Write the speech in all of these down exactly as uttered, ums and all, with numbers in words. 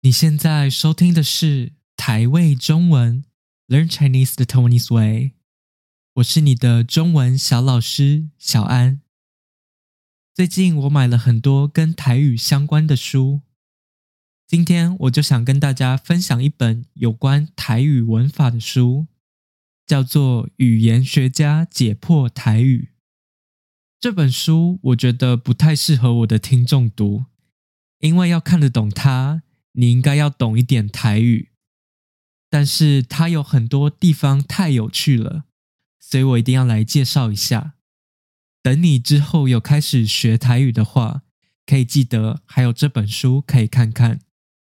你现在收听的是台味中文 Learn Chinese the Taiwanese Way， 我是你的中文小老师小安。最近我买了很多跟台语相关的书，今天我就想跟大家分享一本有关台语文法的书，叫做《语言学家解破台语》。这本书我觉得不太适合我的听众读，因为要看得懂它，你应该要懂一点台语。但是它有很多地方太有趣了，所以我一定要来介绍一下。等你之后有开始学台语的话，可以记得还有这本书可以看看。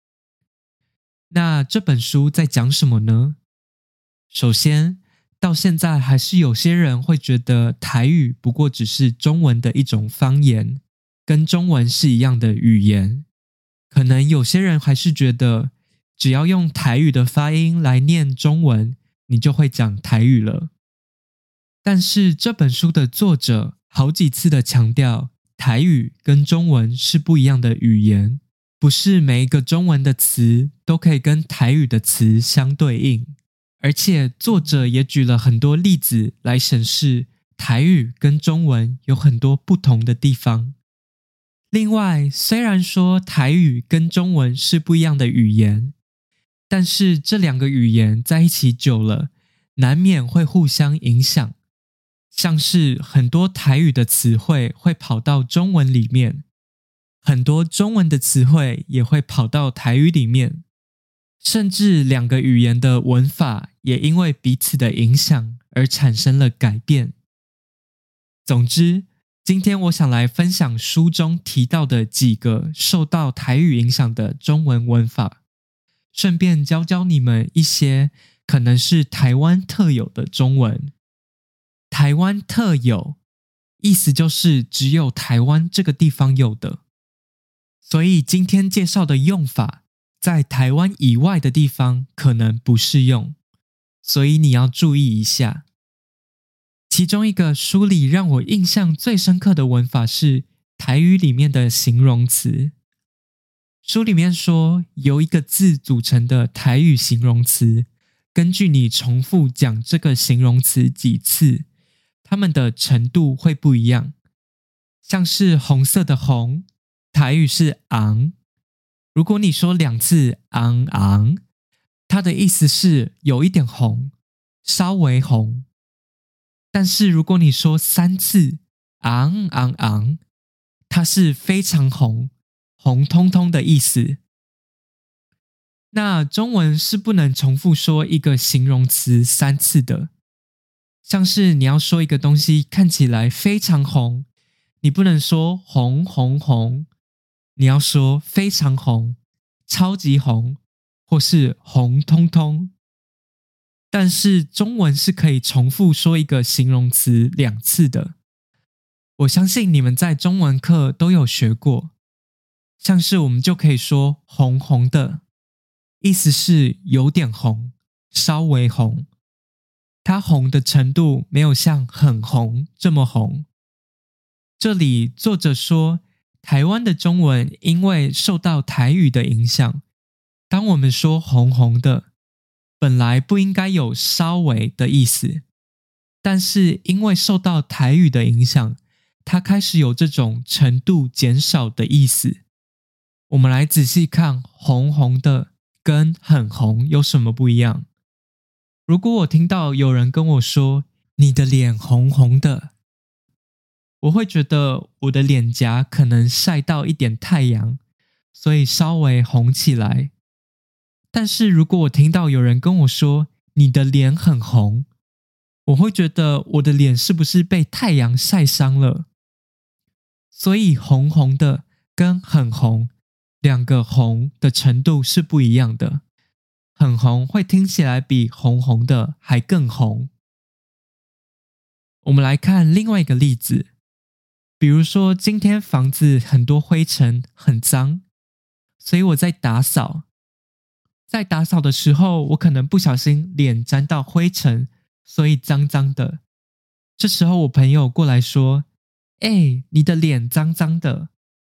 那这本书在讲什么呢？首先，到现在还是有些人会觉得台语不过只是中文的一种方言，跟中文是一样的语言。可能有些人还是觉得只要用台语的发音来念中文，你就会讲台语了。但是这本书的作者好几次的强调，台语跟中文是不一样的语言，不是每一个中文的词都可以跟台语的词相对应。而且作者也举了很多例子来显示台语跟中文有很多不同的地方。另外，虽然说台语跟中文是不一样的语言，但是这两个语言在一起久了，难免会互相影响。像是很多台语的词汇会跑到中文里面，很多中文的词汇也会跑到台语里面，甚至两个语言的文法也因为彼此的影响而产生了改变。总之，今天我想来分享书中提到的几个受到台语影响的中文文法，顺便教教你们一些可能是台湾特有的中文。台湾特有，意思就是只有台湾这个地方有的。所以今天介绍的用法，在台湾以外的地方可能不适用，所以你要注意一下。其中一个书里让我印象最深刻的文法是台语里面的形容词。书里面说，由一个字组成的台语形容词，根据你重复讲这个形容词几次，它们的程度会不一样。像是红色的红，台语是昂，如果你说两次昂昂，它的意思是有一点红，稍微红。但是如果你说三次昂昂昂，它是非常红，红彤彤的意思。那中文是不能重复说一个形容词三次的，像是你要说一个东西看起来非常红，你不能说红红红，你要说非常红，超级红，或是红彤彤。但是中文是可以重复说一个形容词两次的。我相信你们在中文课都有学过，像是我们就可以说红红的，意思是有点红，稍微红。它红的程度没有像很红这么红。这里作者说，台湾的中文因为受到台语的影响，当我们说红红的，本来不应该有稍微的意思，但是因为受到台语的影响，它开始有这种程度减少的意思。我们来仔细看红红的跟很红有什么不一样。如果我听到有人跟我说你的脸红红的，我会觉得我的脸颊可能晒到一点太阳，所以稍微红起来。但是如果我听到有人跟我说你的脸很红，我会觉得我的脸是不是被太阳晒伤了？所以红红的跟很红，两个红的程度是不一样的。很红会听起来比红红的还更红。我们来看另外一个例子，比如说今天房子很多灰尘，很脏，所以我在打扫。在打扫的时候，我可能不小心脸沾到灰尘，所以脏脏的。这时候我朋友过来说，哎，你的脸脏脏的。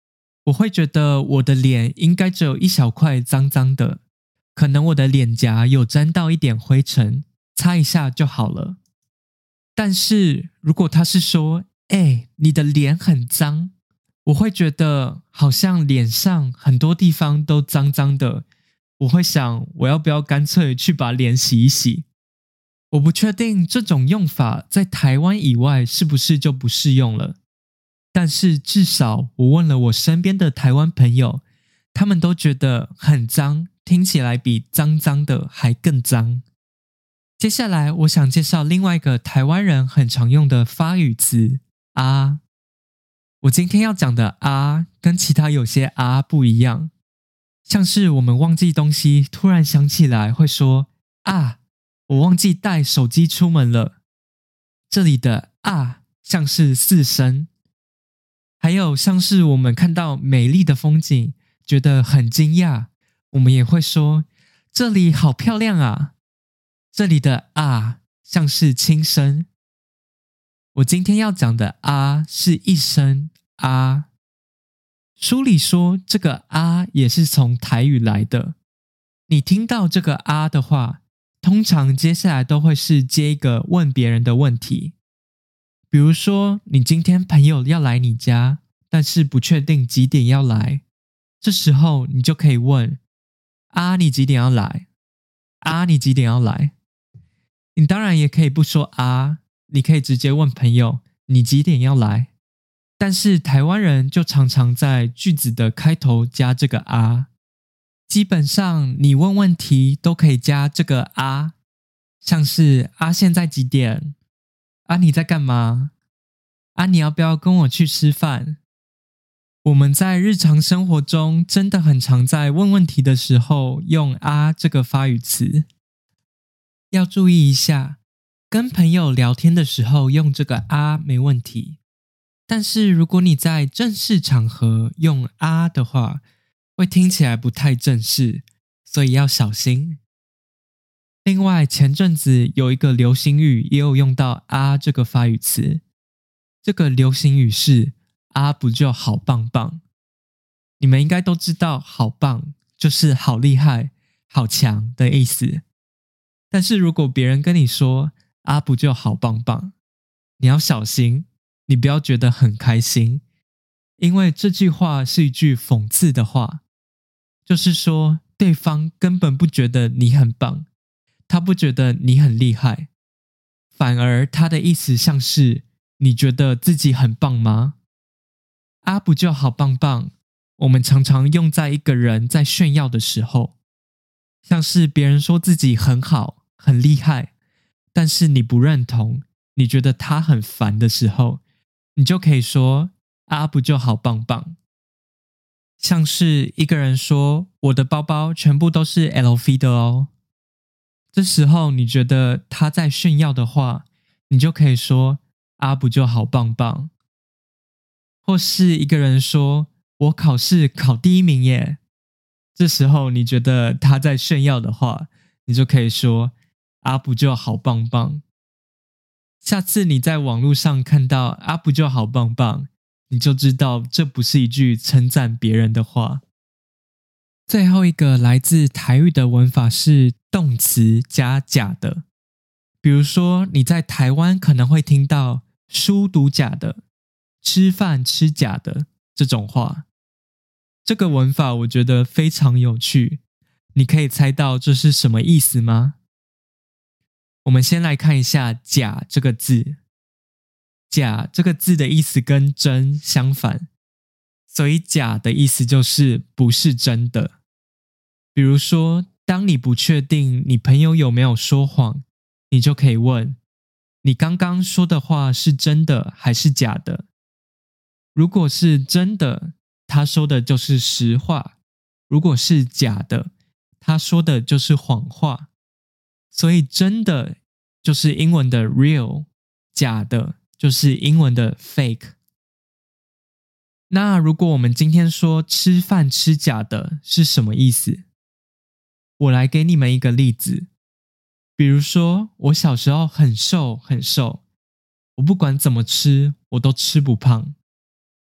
我会觉得我的脸应该只有一小块脏脏的，可能我的脸颊有沾到一点灰尘，擦一下就好了。但是如果他是说，哎，你的脸很脏，我会觉得好像脸上很多地方都脏脏的，我会想我要不要干脆去把脸洗一洗。我不确定这种用法在台湾以外是不是就不适用了，但是至少我问了我身边的台湾朋友，他们都觉得很脏，听起来比脏脏的还更脏。接下来我想介绍另外一个台湾人很常用的发语词啊。我今天要讲的啊跟其他有些啊不一样，像是我们忘记东西突然想起来会说啊，我忘记带手机出门了。这里的啊像是四声。还有像是我们看到美丽的风景觉得很惊讶，我们也会说这里好漂亮啊。这里的啊像是轻声。我今天要讲的啊是一声啊。书里说这个啊也是从台语来的。你听到这个啊的话，通常接下来都会是接一个问别人的问题。比如说你今天朋友要来你家，但是不确定几点要来，这时候你就可以问啊你几点要来？啊你几点要来？你当然也可以不说啊，你可以直接问朋友你几点要来。但是台湾人就常常在句子的开头加这个啊，基本上你问问题都可以加这个啊，像是啊现在几点？啊你在干嘛？啊你要不要跟我去吃饭？我们在日常生活中真的很常在问问题的时候用啊这个发语词。要注意一下，跟朋友聊天的时候用这个啊没问题，但是如果你在正式场合用啊的话，会听起来不太正式，所以要小心。另外，前阵子有一个流行语也有用到啊这个发语词，这个流行语是啊不就好棒棒。你们应该都知道好棒就是好厉害、好强的意思。但是如果别人跟你说啊不就好棒棒，你要小心，你不要觉得很开心，因为这句话是一句讽刺的话，就是说对方根本不觉得你很棒，他不觉得你很厉害，反而他的意思像是你觉得自己很棒吗？啊不就好棒棒，我们常常用在一个人在炫耀的时候，像是别人说自己很好、很厉害，但是你不认同，你觉得他很烦的时候，你就可以说啊不就好棒棒。像是一个人说我的包包全部都是 L V 的哦，这时候你觉得他在炫耀的话，你就可以说啊不就好棒棒。或是一个人说我考试考第一名耶，这时候你觉得他在炫耀的话，你就可以说啊不就好棒棒。下次你在网络上看到啊不就好棒棒，你就知道这不是一句称赞别人的话。最后一个来自台语的文法是动词加假的。比如说你在台湾可能会听到书读假的、吃饭吃假的这种话。这个文法我觉得非常有趣，你可以猜到这是什么意思吗？我们先来看一下假这个字。假这个字的意思跟真相反，所以假的意思就是不是真的。比如说当你不确定你朋友有没有说谎，你就可以问你刚刚说的话是真的还是假的。如果是真的，他说的就是实话；如果是假的，他说的就是谎话。所以真的就是英文的 real， 假的就是英文的 fake。那如果我们今天说吃饭吃假的是什么意思？我来给你们一个例子。比如说我小时候很瘦很瘦，我不管怎么吃我都吃不胖。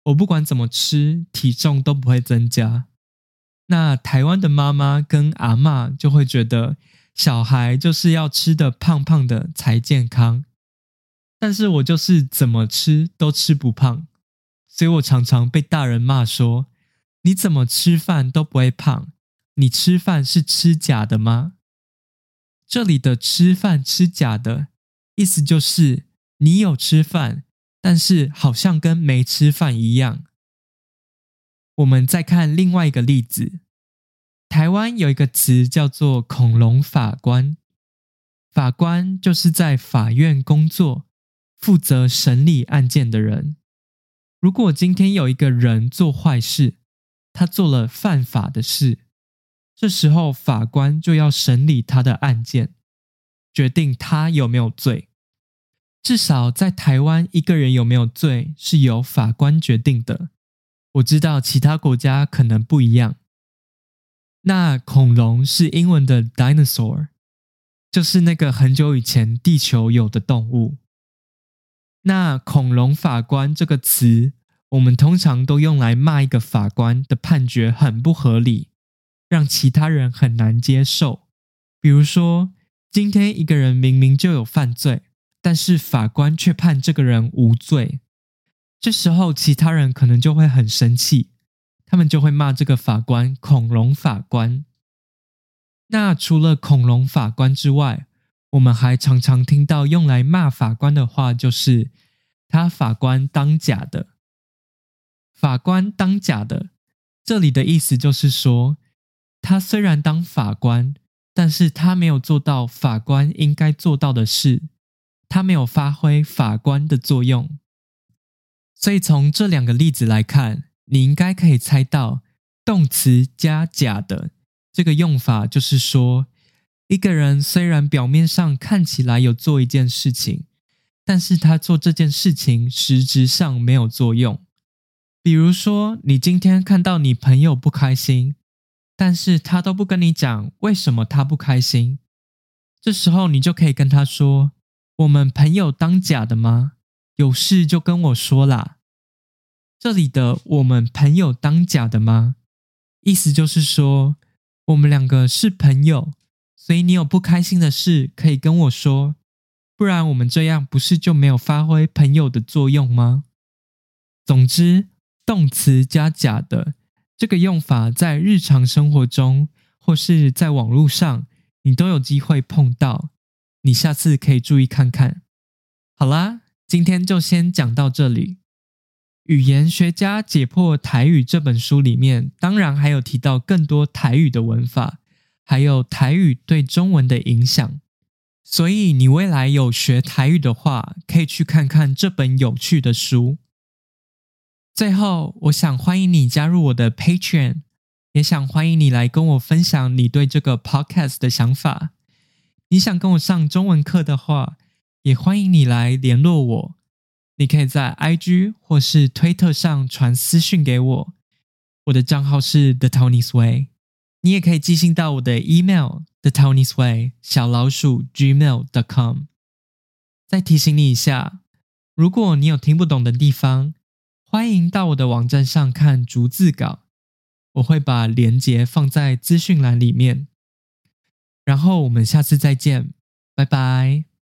我不管怎么吃，体重都不会增加。那台湾的妈妈跟阿嬷就会觉得小孩就是要吃得胖胖的才健康，但是我就是怎么吃都吃不胖，所以我常常被大人骂说，你怎么吃饭都不会胖，你吃饭是吃假的吗？这里的吃饭吃假的意思就是你有吃饭，但是好像跟没吃饭一样。我们再看另外一个例子，台湾有一个词叫做恐龙法官，法官就是在法院工作，负责审理案件的人。如果今天有一个人做坏事，他做了犯法的事，这时候法官就要审理他的案件，决定他有没有罪。至少在台湾，一个人有没有罪是由法官决定的。我知道其他国家可能不一样。那恐龙是英文的 dinosaur， 就是那个很久以前地球有的动物。那恐龙法官这个词，我们通常都用来骂一个法官的判决很不合理，让其他人很难接受。比如说，今天一个人明明就有犯罪，但是法官却判这个人无罪。这时候其他人可能就会很生气，他们就会骂这个法官恐龙法官。那除了恐龙法官之外，我们还常常听到用来骂法官的话，就是他法官当假的。法官当假的，这里的意思就是说，他虽然当法官，但是他没有做到法官应该做到的事，他没有发挥法官的作用。所以从这两个例子来看，你应该可以猜到动词加假的这个用法，就是说一个人虽然表面上看起来有做一件事情，但是他做这件事情实质上没有作用。比如说，你今天看到你朋友不开心，但是他都不跟你讲为什么他不开心，这时候你就可以跟他说，我们朋友当假的吗？有事就跟我说啦。这里的我们朋友当假的吗？意思就是说，我们两个是朋友，所以你有不开心的事可以跟我说，不然我们这样不是就没有发挥朋友的作用吗？总之，动词加假的这个用法在日常生活中或是在网络上，你都有机会碰到，你下次可以注意看看。好啦，今天就先讲到这里。语言学家解破台语这本书里面，当然还有提到更多台语的文法，还有台语对中文的影响。所以你未来有学台语的话，可以去看看这本有趣的书。最后，我想欢迎你加入我的 Patreon， 也想欢迎你来跟我分享你对这个 podcast 的想法。你想跟我上中文课的话，也欢迎你来联络我。你可以在 I G 或是推特s上传私讯给我，我的账号是 The Taiwanese Way。你也可以寄信到我的 email the taiwanese way 小老鼠 gmail dot com。再提醒你一下，如果你有听不懂的地方，欢迎到我的网站上看逐字稿，我会把连结放在资讯栏里面。然后我们下次再见，拜拜。